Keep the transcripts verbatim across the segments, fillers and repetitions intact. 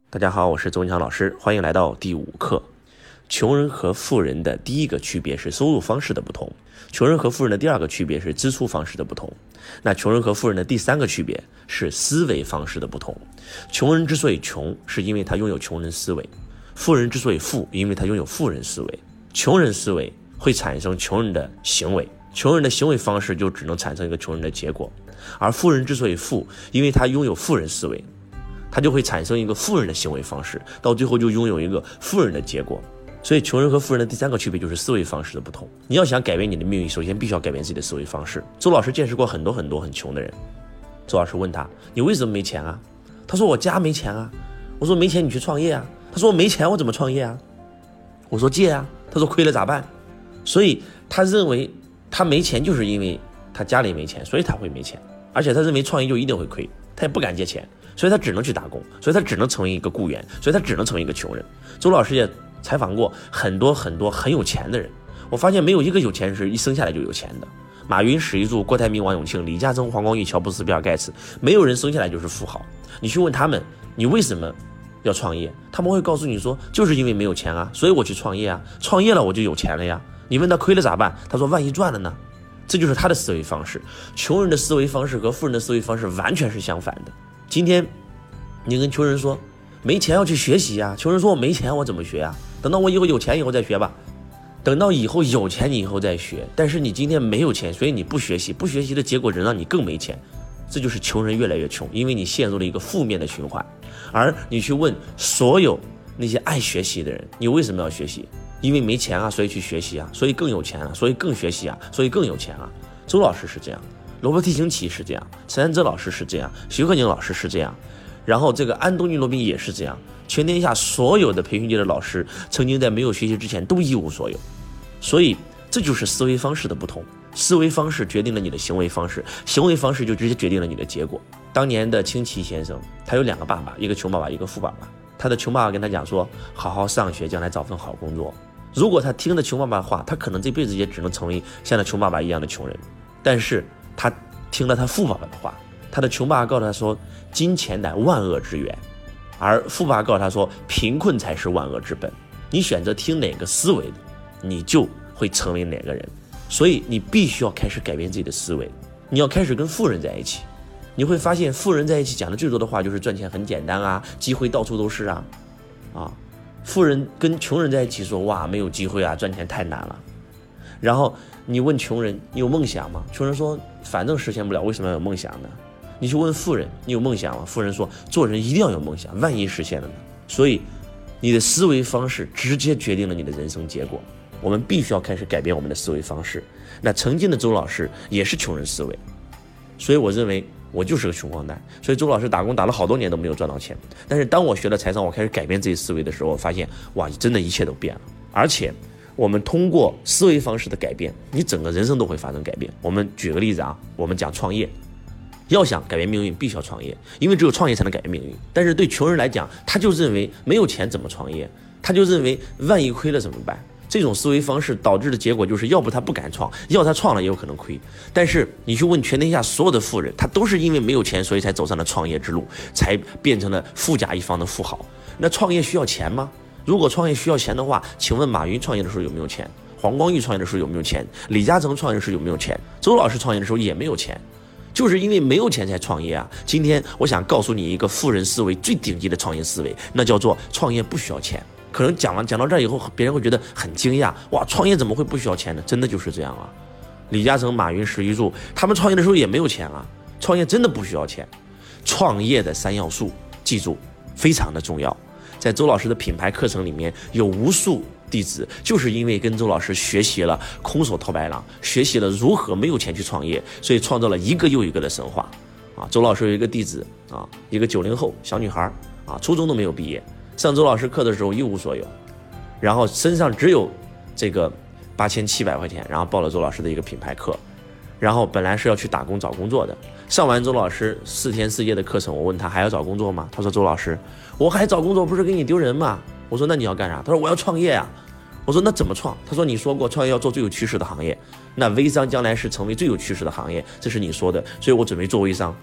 大家好，我是周文强老师，欢迎来到第五课。穷人和富人的第一个区别是收入方式的不同，穷人和富人的第二个区别是支出方式的不同，那穷人和富人的第三个区别是思维方式的不同。穷人之所以穷，是因为他拥有穷人思维；富人之所以富，因为他拥有富人思维。穷人思维会产生穷人的行为，穷人的行为方式就只能产生一个穷人的结果，而富人之所以富，因为他拥有富人思维，他就会产生一个富人的行为方式，到最后就拥有一个富人的结果。所以穷人和富人的第三个区别就是思维方式的不同。你要想改变你的命运，首先必须要改变自己的思维方式。周老师见识过很多很多很穷的人，周老师问他，你为什么没钱啊？他说我家没钱啊。我说没钱你去创业啊。他说我没钱我怎么创业啊？我说借啊。他说亏了咋办？所以他认为他没钱就是因为他家里没钱，所以他会没钱，而且他认为创业就一定会亏，他也不敢借钱，所以他只能去打工，所以他只能成为一个雇员，所以他只能成为一个穷人。周老师也采访过很多很多很有钱的人，我发现没有一个有钱人是一生下来就有钱的。马云、史玉柱、郭台铭、王永庆、李嘉诚、黄光裕、乔布斯、比尔盖茨，没有人生下来就是富豪。你去问他们，你为什么要创业？他们会告诉你说，就是因为没有钱啊，所以我去创业啊，创业了我就有钱了呀。你问他亏了咋办？他说万一赚了呢？这就是他的思维方式。穷人的思维方式和富人的思维方式完全是相反的。今天你跟穷人说没钱要去学习啊，穷人说我没钱我怎么学啊？等到我以后有钱以后再学吧。等到以后有钱你以后再学，但是你今天没有钱，所以你不学习，不学习的结果只让你更没钱。这就是穷人越来越穷，因为你陷入了一个负面的循环。而你去问所有那些爱学习的人，你为什么要学习？因为没钱啊，所以去学习啊，所以更有钱啊，所以更学习啊，所以更有钱啊。周老师是这样，罗伯特清崎是这样，陈安哲老师是这样，徐克宁老师是这样，然后这个安东尼罗宾也是这样。全天下所有的培训界的老师曾经在没有学习之前都一无所有。所以这就是思维方式的不同，思维方式决定了你的行为方式，行为方式就直接决定了你的结果。当年的清崎先生，他有两个爸爸，一个穷爸爸一个富爸爸。他的穷爸爸跟他讲说，好好上学，将来找份好工作。如果他听了穷爸爸的话，他可能这辈子也只能成为像他穷爸爸一样的穷人。但是他听了他富爸爸的话，他的穷爸爸告诉他说，金钱乃万恶之源，而富爸爸告诉他说，贫困才是万恶之本。你选择听哪个思维的，你就会成为哪个人。所以你必须要开始改变自己的思维，你要开始跟富人在一起。你会发现富人在一起讲的最多的话就是赚钱很简单啊，机会到处都是啊啊！富人跟穷人在一起说，哇，没有机会啊，赚钱太难了。然后你问穷人，你有梦想吗？穷人说，反正实现不了，为什么要有梦想呢？你去问富人，你有梦想吗？富人说，做人一定要有梦想，万一实现了呢？所以你的思维方式直接决定了你的人生结果。我们必须要开始改变我们的思维方式。那曾经的周老师也是穷人思维，所以我认为我就是个穷光蛋。所以周老师打工打了好多年都没有赚到钱，但是当我学了财商，我开始改变自己思维的时候，我发现哇，真的一切都变了。而且我们通过思维方式的改变，你整个人生都会发生改变。我们举个例子啊，我们讲创业，要想改变命运必须要创业，因为只有创业才能改变命运。但是对穷人来讲，他就认为没有钱怎么创业，他就认为万一亏了怎么办。这种思维方式导致的结果就是，要不他不敢创，要他创了也有可能亏。但是你去问全天下所有的富人，他都是因为没有钱，所以才走上了创业之路，才变成了富甲一方的富豪。那创业需要钱吗？如果创业需要钱的话，请问马云创业的时候有没有钱？黄光裕创业的时候有没有钱？李嘉诚创业的时候有没有钱？周老师创业的时候也没有钱，就是因为没有钱才创业啊。今天我想告诉你一个富人思维最顶级的创业思维，那叫做创业不需要钱。可能讲完讲到这儿以后，别人会觉得很惊讶，哇，创业怎么会不需要钱呢？真的就是这样啊。李嘉诚、马云、史玉柱，他们创业的时候也没有钱啊。创业真的不需要钱。创业的三要素，记住，非常的重要。在周老师的品牌课程里面，有无数弟子就是因为跟周老师学习了空手套白狼，学习了如何没有钱去创业，所以创造了一个又一个的神话啊。周老师有一个弟子啊，一个九零后小女孩啊，初中都没有毕业。上周老师课的时候一无所有，然后身上只有这个八千七百块钱，然后报了周老师的一个品牌课，然后本来是要去打工找工作的。上完周老师四天四夜的课程，我问他还要找工作吗？他说周老师，我还找工作不是给你丢人吗？我说那你要干啥？他说我要创业呀、啊。我说那怎么创？他说你说过创业要做最有趋势的行业，那微商将来是成为最有趋势的行业，这是你说的，所以我准备做微商。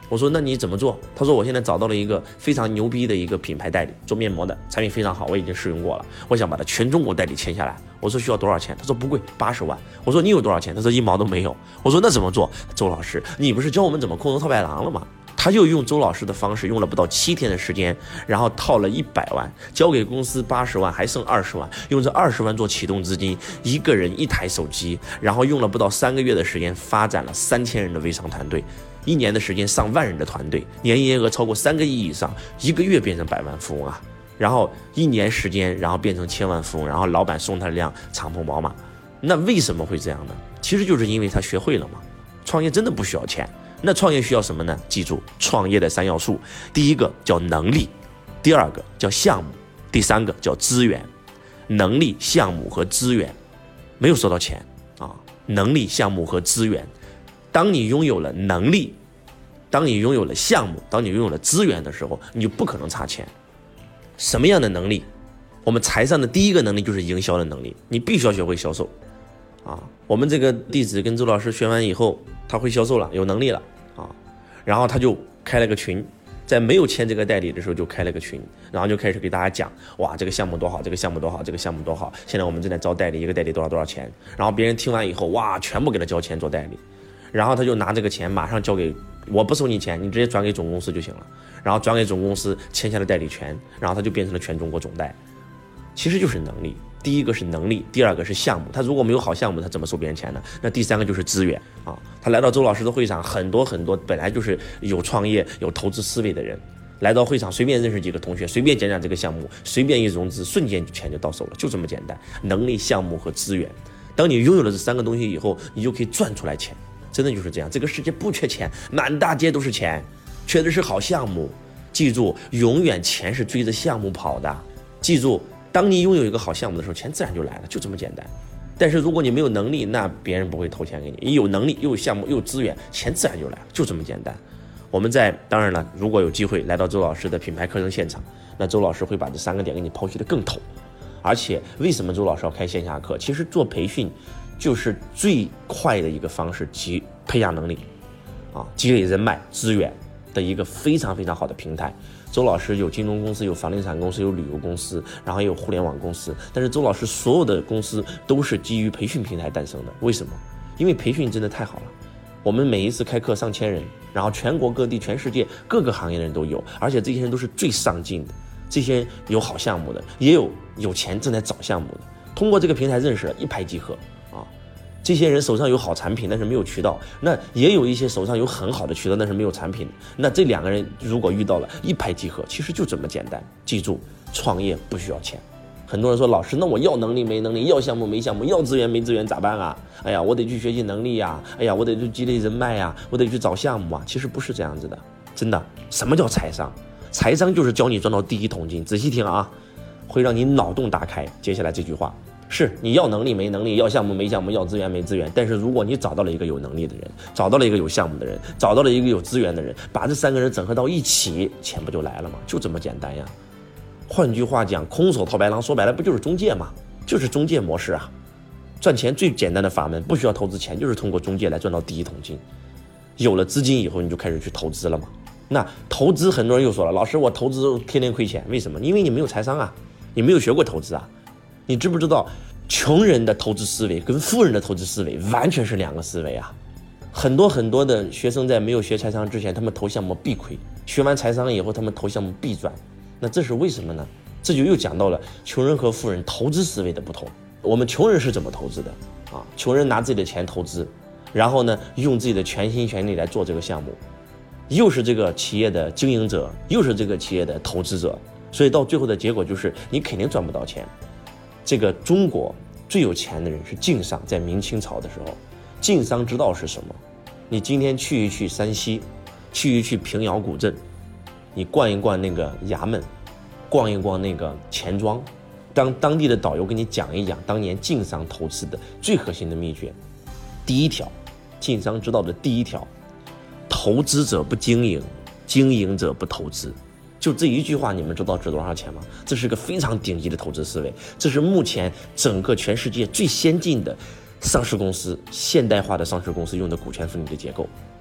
我说那你怎么做？他说我现在找到了一个非常牛逼的一个品牌代理，做面膜的产品非常好，我已经试用过了，我想把它全中国代理签下来。我说需要多少钱？他说不贵，八十万。我说你有多少钱？他说一毛都没有。我说那怎么做？周老师，你不是教我们怎么空手套白狼了吗？他就用周老师的方式，用了不到七天的时间，然后套了一百万，交给公司八十万，还剩二十万，用这二十万做启动资金，一个人一台手机，然后用了不到三个月的时间，发展了三千人的微商团队，一年的时间上万人的团队，年营业额超过三个亿以上，一个月变成百万富翁啊！然后一年时间，然后变成千万富翁，然后老板送他一辆敞篷宝马。那为什么会这样呢？其实就是因为他学会了嘛。创业真的不需要钱。那创业需要什么呢？记住创业的三要素，第一个叫能力，第二个叫项目，第三个叫资源。能力、项目和资源，没有说到钱啊。能力、项目和资源，当你拥有了能力，当你拥有了项目，当你拥有了资源的时候，你就不可能差钱。什么样的能力？我们财商的第一个能力就是营销的能力，你必须要学会销售啊。我们这个弟子跟周老师学完以后，他会销售了，有能力了啊，然后他就开了个群，在没有签这个代理的时候就开了个群，然后就开始给大家讲，哇，这个项目多好，这个项目多好，这个项目多好，现在我们正在招代理，一个代理多少多少钱，然后别人听完以后，哇，全部给他交钱做代理，然后他就拿这个钱马上交给我，不收你钱，你直接转给总公司就行了，然后转给总公司签下了代理权，然后他就变成了全中国总代。其实就是能力，第一个是能力，第二个是项目。他如果没有好项目，他怎么收别人钱呢？那第三个就是资源啊。他来到周老师的会场，很多很多本来就是有创业、有投资思维的人，来到会场随便认识几个同学，随便讲讲这个项目，随便一融资，瞬间钱就到手了，就这么简单。能力、项目和资源，当你拥有了这三个东西以后，你就可以赚出来钱。真的就是这样，这个世界不缺钱，满大街都是钱，缺的是好项目。记住，永远钱是追着项目跑的。记住。当你拥有一个好项目的时候，钱自然就来了，就这么简单。但是如果你没有能力，那别人不会投钱给你。你有能力，又有项目，又有资源，钱自然就来了，就这么简单。我们在当然了，如果有机会来到周老师的品牌课程现场，那周老师会把这三个点给你剖析的更透。而且为什么周老师要开线下课？其实做培训就是最快的一个方式，及培养能力啊，积累人脉资源的一个非常非常好的平台。周老师有金融公司，有房地产公司，有旅游公司，然后也有互联网公司。但是周老师所有的公司都是基于培训平台诞生的。为什么？因为培训真的太好了。我们每一次开课上千人，然后全国各地、全世界各个行业的人都有，而且这些人都是最上进的，这些人有好项目的，也有有钱正在找项目的。通过这个平台认识了，一拍即合啊。这些人手上有好产品，但是没有渠道，那也有一些手上有很好的渠道，但是没有产品。那这两个人如果遇到了，一拍即合，其实就这么简单。记住，创业不需要钱。很多人说，老师，那我要能力没能力，要项目没项目，要资源没资源咋办啊？哎呀，我得去学习能力呀，哎呀，我得去积累人脉呀，我得去找项目啊。其实不是这样子的，真的。什么叫财商？财商就是教你赚到第一桶金。仔细听啊，会让你脑洞大开。接下来这句话。是你要能力没能力，要项目没项目，要资源没资源。但是如果你找到了一个有能力的人，找到了一个有项目的人，找到了一个有资源的人，把这三个人整合到一起，钱不就来了吗？就这么简单呀。换句话讲，空手套白狼说白了不就是中介吗？就是中介模式啊。赚钱最简单的法门，不需要投资钱，就是通过中介来赚到第一桶金。有了资金以后，你就开始去投资了嘛。那投资很多人又说了，老师我投资天天亏钱，为什么？因为你没有财商啊，你没有学过投资啊。你知不知道，穷人的投资思维跟富人的投资思维完全是两个思维啊！很多很多的学生在没有学财商之前，他们投项目必亏；学完财商以后，他们投项目必赚。那这是为什么呢？这就又讲到了穷人和富人投资思维的不同。我们穷人是怎么投资的啊？穷人拿自己的钱投资，然后呢，用自己的全心全力来做这个项目，又是这个企业的经营者，又是这个企业的投资者，所以到最后的结果就是你肯定赚不到钱。这个中国最有钱的人是晋商，在明清朝的时候，晋商之道是什么？你今天去一去山西，去一去平遥古镇，你逛一逛那个衙门，逛一逛那个钱庄，当当地的导游跟你讲一讲当年晋商投资的最核心的秘诀。第一条，晋商之道的第一条，投资者不经营，经营者不投资。就这一句话，你们知道值多少钱吗？这是个非常顶级的投资思维，这是目前整个全世界最先进的上市公司、现代化的上市公司用的股权分离的结构。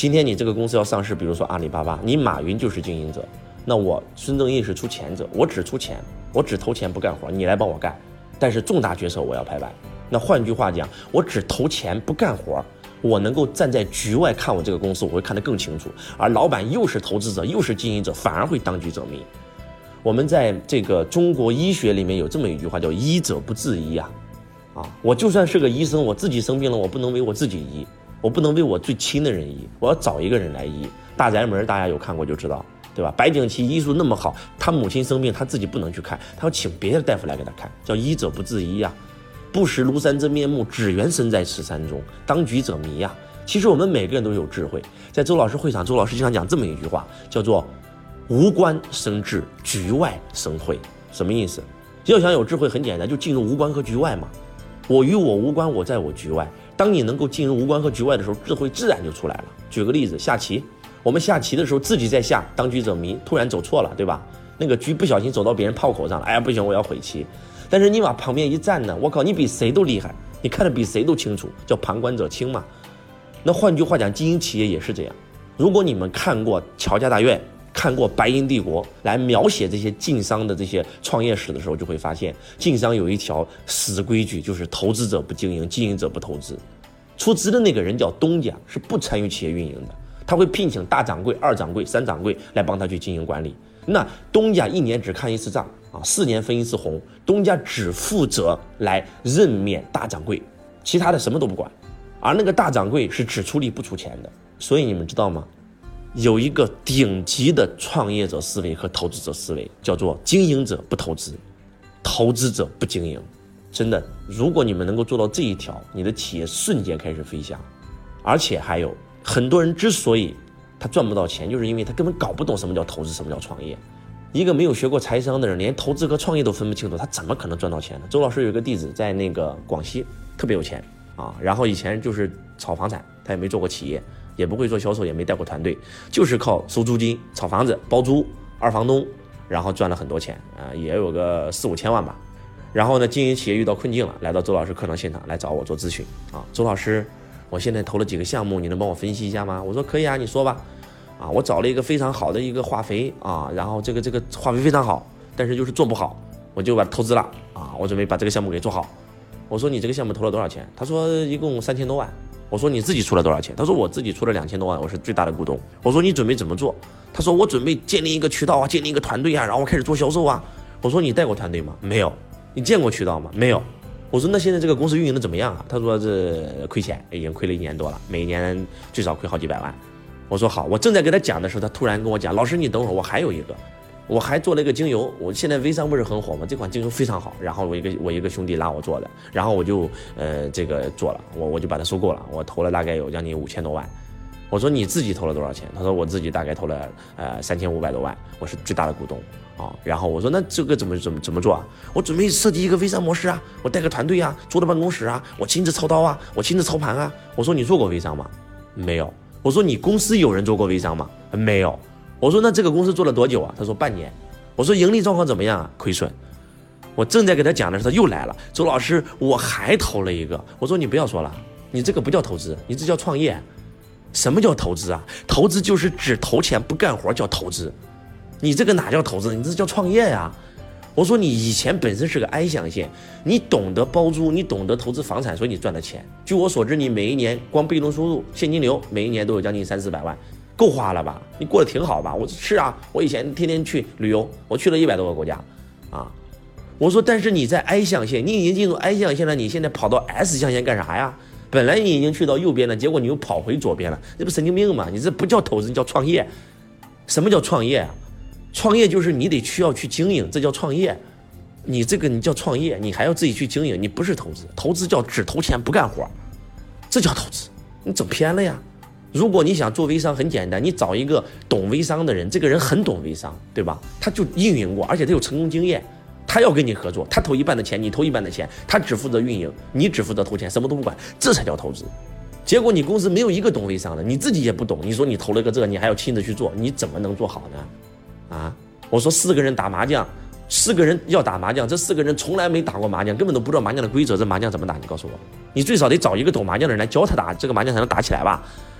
今天你这个公司要上市，比如说阿里巴巴，你马云就是经营者，那我孙正义是出钱者，我只出钱，我只投钱不干活，你来帮我干，但是重大决策我要拍板。那换句话讲，我只投钱不干活，我能够站在局外看我这个公司，我会看得更清楚。而老板又是投资者又是经营者，反而会当局者迷。我们在这个中国医学里面有这么一句话，叫医者不自医啊。啊，我就算是个医生，我自己生病了，我不能为我自己医，我不能为我最亲的人医，我要找一个人来医。大宅门大家有看过就知道，对吧？白景琦医术那么好，他母亲生病他自己不能去看，他要请别的大夫来给他看，叫医者不自医啊。不识庐山真面目，只缘身在此山中，当局者迷啊。其实我们每个人都有智慧，在周老师会场，周老师经常讲这么一句话，叫做无关生智，局外生慧。什么意思？要想有智慧很简单，就进入无关和局外嘛。我与我无关，我在我局外。当你能够进入无关和局外的时候，智慧自然就出来了。举个例子，下棋，我们下棋的时候自己在下，当局者迷，突然走错了，对吧？那个局不小心走到别人炮口上了，哎呀不行，我要悔棋。但是你往旁边一站呢，我靠，你比谁都厉害，你看得比谁都清楚，叫旁观者清嘛。那换句话讲，经营企业也是这样。如果你们看过乔家大院，看过白银帝国来描写这些晋商的这些创业史的时候，就会发现晋商有一条死规矩，就是投资者不经营，经营者不投资。出资的那个人叫东家，是不参与企业运营的，他会聘请大掌柜、二掌柜、三掌柜来帮他去经营管理。那东家一年只看一次账啊，四年分一次红，东家只负责来任免大掌柜，其他的什么都不管。而那个大掌柜是只出力不出钱的。所以你们知道吗？有一个顶级的创业者思维和投资者思维，叫做经营者不投资，投资者不经营。真的，如果你们能够做到这一条，你的企业瞬间开始飞翔。而且还有很多人之所以他赚不到钱，就是因为他根本搞不懂什么叫投资，什么叫创业。一个没有学过财商的人，连投资和创业都分不清楚，他怎么可能赚到钱呢？周老师有一个弟子在那个广西，特别有钱啊，然后以前就是炒房产，他也没做过企业，也不会做销售，也没带过团队，就是靠收租金、炒房子、包租、二房东，然后赚了很多钱啊，也有个四五千万吧。然后呢，经营企业遇到困境了，来到周老师课堂现场来找我做咨询啊，周老师，我现在投了几个项目，你能帮我分析一下吗？我说可以啊，你说吧。啊，我找了一个非常好的一个化肥啊，然后这个这个化肥非常好，但是就是做不好，我就把它投资了啊，我准备把这个项目给做好。我说你这个项目投了多少钱？他说一共三千多万。我说你自己出了多少钱？他说我自己出了两千多万，我是最大的股东。我说你准备怎么做？他说我准备建立一个渠道啊，建立一个团队啊，然后开始做销售啊。我说你带过团队吗？没有。你见过渠道吗？没有。我说那现在这个公司运营的怎么样啊？他说这亏钱，已经亏了一年多了，每年最少亏好几百万。我说好，我正在给他讲的时候，他突然跟我讲，老师你等会儿，我还有一个，我还做了一个精油，我现在微商不是很火吗？这款精油非常好，然后我一个我一个兄弟拉我做的，然后我就呃这个做了，我我就把它收购了，我投了大概有将近五千多万。我说你自己投了多少钱？他说我自己大概投了呃三千五百多万，我是最大的股东啊。然后我说那这个怎么怎么怎么做啊？我准备设计一个微商模式啊，我带个团队啊，坐到办公室啊，我亲自操刀啊，我亲自操盘啊。我说你做过微商吗？没有。我说你公司有人做过微商吗？没有。我说那这个公司做了多久啊？他说半年。我说盈利状况怎么样啊？亏损。我正在给他讲的时候，他又来了，周老师，我还投了一个。我说你不要说了，你这个不叫投资，你这叫创业。什么叫投资啊？投资就是只投钱不干活叫投资，你这个哪叫投资？你这叫创业呀！我说你以前本身是个 I 象限，你懂得包租，你懂得投资房产，所以你赚的钱。据我所知，你每一年光被动收入现金流每一年都有将近三四百万，够花了吧？你过得挺好吧？我说是啊，我以前天天去旅游，我去了一百多个国家啊。我说但是你在 I 象限，你已经进入 I 象限了，你现在跑到 S 象限干啥呀？本来你已经去到右边了，结果你又跑回左边了，这不神经病吗？你这不叫投资，你叫创业。什么叫创业啊？创业就是你得需要去经营，这叫创业。你这个你叫创业，你还要自己去经营，你不是投资。投资叫只投钱不干活，这叫投资。你走偏了呀。如果你想做微商，很简单，你找一个懂微商的人，这个人很懂微商，对吧？他就运营过，而且他有成功经验。他要跟你合作，他投一半的钱，你投一半的钱，他只负责运营，你只负责投钱，什么都不管，这才叫投资。结果你公司没有一个懂微商的，你自己也不懂，你说你投了个这，你还要亲自去做，你怎么能做好呢？啊，我说四个人打麻将，四个人要打麻将，这四个人从来没打过麻将，根本都不知道麻将的规则，这麻将怎么打？你告诉我，你最少得找一个懂麻将的人来教他打，这个麻将才能打起来吧？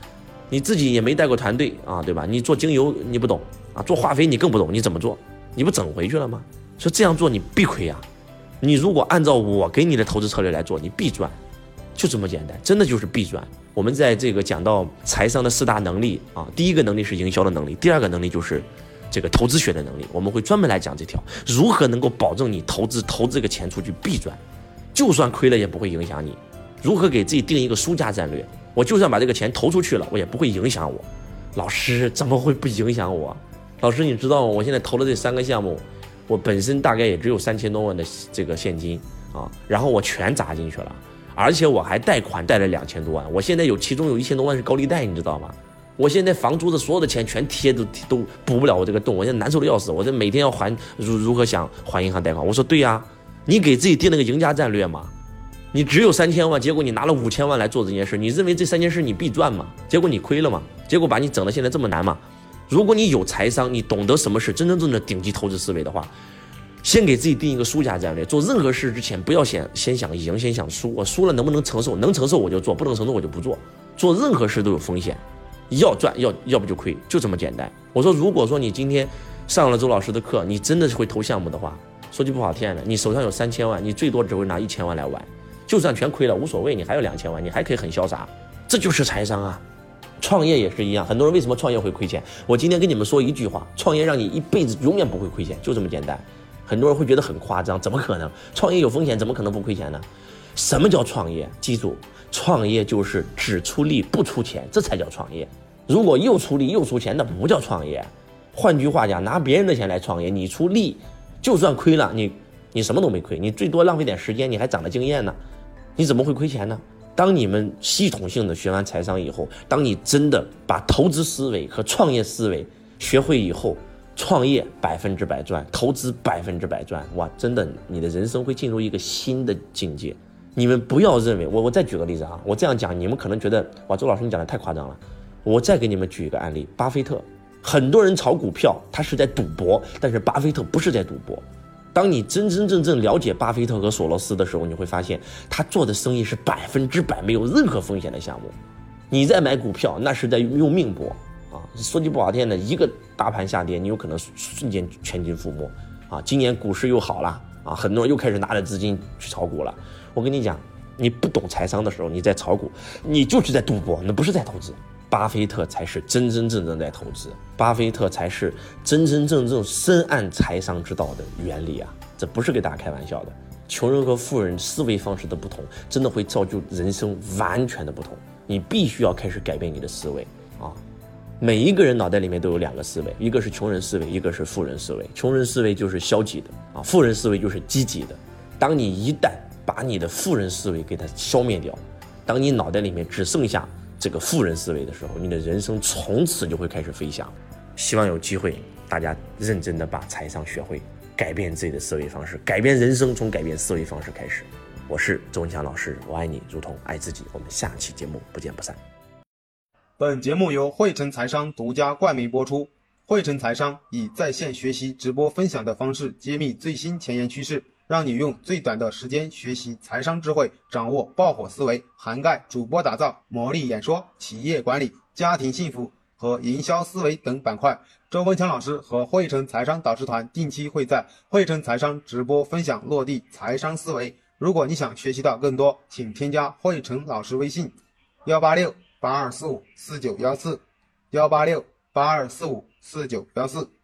你自己也没带过团队啊，对吧？你做精油你不懂啊，做化肥你更不懂，你怎么做？你不整回去了吗？所以这样做你必亏啊！你如果按照我给你的投资策略来做，你必赚，就这么简单，真的就是必赚。我们在这个讲到财商的四大能力啊，第一个能力是营销的能力，第二个能力就是这个投资学的能力，我们会专门来讲这条，如何能够保证你投资投这个钱出去必赚，就算亏了也不会影响你。如何给自己定一个输家战略？我就算把这个钱投出去了，我也不会影响我。老师怎么会不影响我？老师你知道我现在投了这三个项目，我本身大概也只有三千多万的这个现金啊，然后我全砸进去了，而且我还贷款贷了两千多万，我现在有其中有一千多万是高利贷，你知道吗？我现在房租的所有的钱全贴都都补不了我这个洞，我现在难受的要死，我这每天要还如如何想还银行贷款？我说对呀、啊，你给自己定了个赢家战略嘛。你只有三千万，结果你拿了五千万来做这件事，你认为这三件事你必赚吗？结果你亏了吗？结果把你整得现在这么难吗？如果你有财商，你懂得什么是真真正正的顶级投资思维的话，先给自己定一个输家战略。做任何事之前，不要先先想赢，先想输。我输了能不能承受？能承受我就做，不能承受我就不做。做任何事都有风险，要赚要要不就亏，就这么简单。我说，如果说你今天上了周老师的课，你真的是会投项目的话，说句不好听的，你手上有三千万，你最多只会拿一千万来玩。就算全亏了无所谓，你还有两千万，你还可以很潇洒，这就是财商啊！创业也是一样，很多人为什么创业会亏钱？我今天跟你们说一句话，创业让你一辈子永远不会亏钱，就这么简单。很多人会觉得很夸张，怎么可能？创业有风险，怎么可能不亏钱呢？什么叫创业？记住，创业就是只出力不出钱，这才叫创业。如果又出力又出钱，那不叫创业。换句话讲，拿别人的钱来创业，你出力，就算亏了，你你什么都没亏，你最多浪费点时间，你还长了经验呢。你怎么会亏钱呢？当你们系统性的学完财商以后，当你真的把投资思维和创业思维学会以后，创业百分之百赚，投资百分之百赚，哇，真的，你的人生会进入一个新的境界。你们不要认为，我我再举个例子啊，我这样讲，你们可能觉得哇，周老师你讲的太夸张了。我再给你们举一个案例，巴菲特，很多人炒股票，他是在赌博，但是巴菲特不是在赌博。当你真真正正了解巴菲特和索罗斯的时候，你会发现他做的生意是百分之百没有任何风险的项目。你在买股票，那是在用命搏啊！说句不好听的，一个大盘下跌，你有可能瞬间全军覆没啊！今年股市又好了啊，很多人又开始拿着资金去炒股了。我跟你讲，你不懂财商的时候，你在炒股，你就是在赌博，那不是在投资。巴菲特才是真真正正在投资，巴菲特才是真真正正深谙财商之道的原理啊！这不是给大家开玩笑的。穷人和富人思维方式的不同，真的会造就人生完全的不同。你必须要开始改变你的思维啊！每一个人脑袋里面都有两个思维，一个是穷人思维，一个是富人思维。穷人思维就是消极的啊，富人思维就是积极的。当你一旦把你的富人思维给它消灭掉，当你脑袋里面只剩下这个富人思维的时候，你的人生从此就会开始飞翔。希望有机会大家认真的把财商学会，改变自己的思维方式，改变人生从改变思维方式开始。我是周文强老师，我爱你如同爱自己。我们下期节目不见不散。 本节目由汇成财商独家冠名播出。汇成财商以在线学习直播分享的方式揭秘最新前沿趋势，让你用最短的时间学习财商智慧，掌握爆火思维，涵盖主播打造、魔力演说、企业管理、家庭幸福和营销思维等板块。周文强老师和汇成财商导师团定期会在汇成财商直播分享落地财商思维。如果你想学习到更多，请添加汇成老师微信幺八六八二四五四九一四幺八六八二四五四九一四。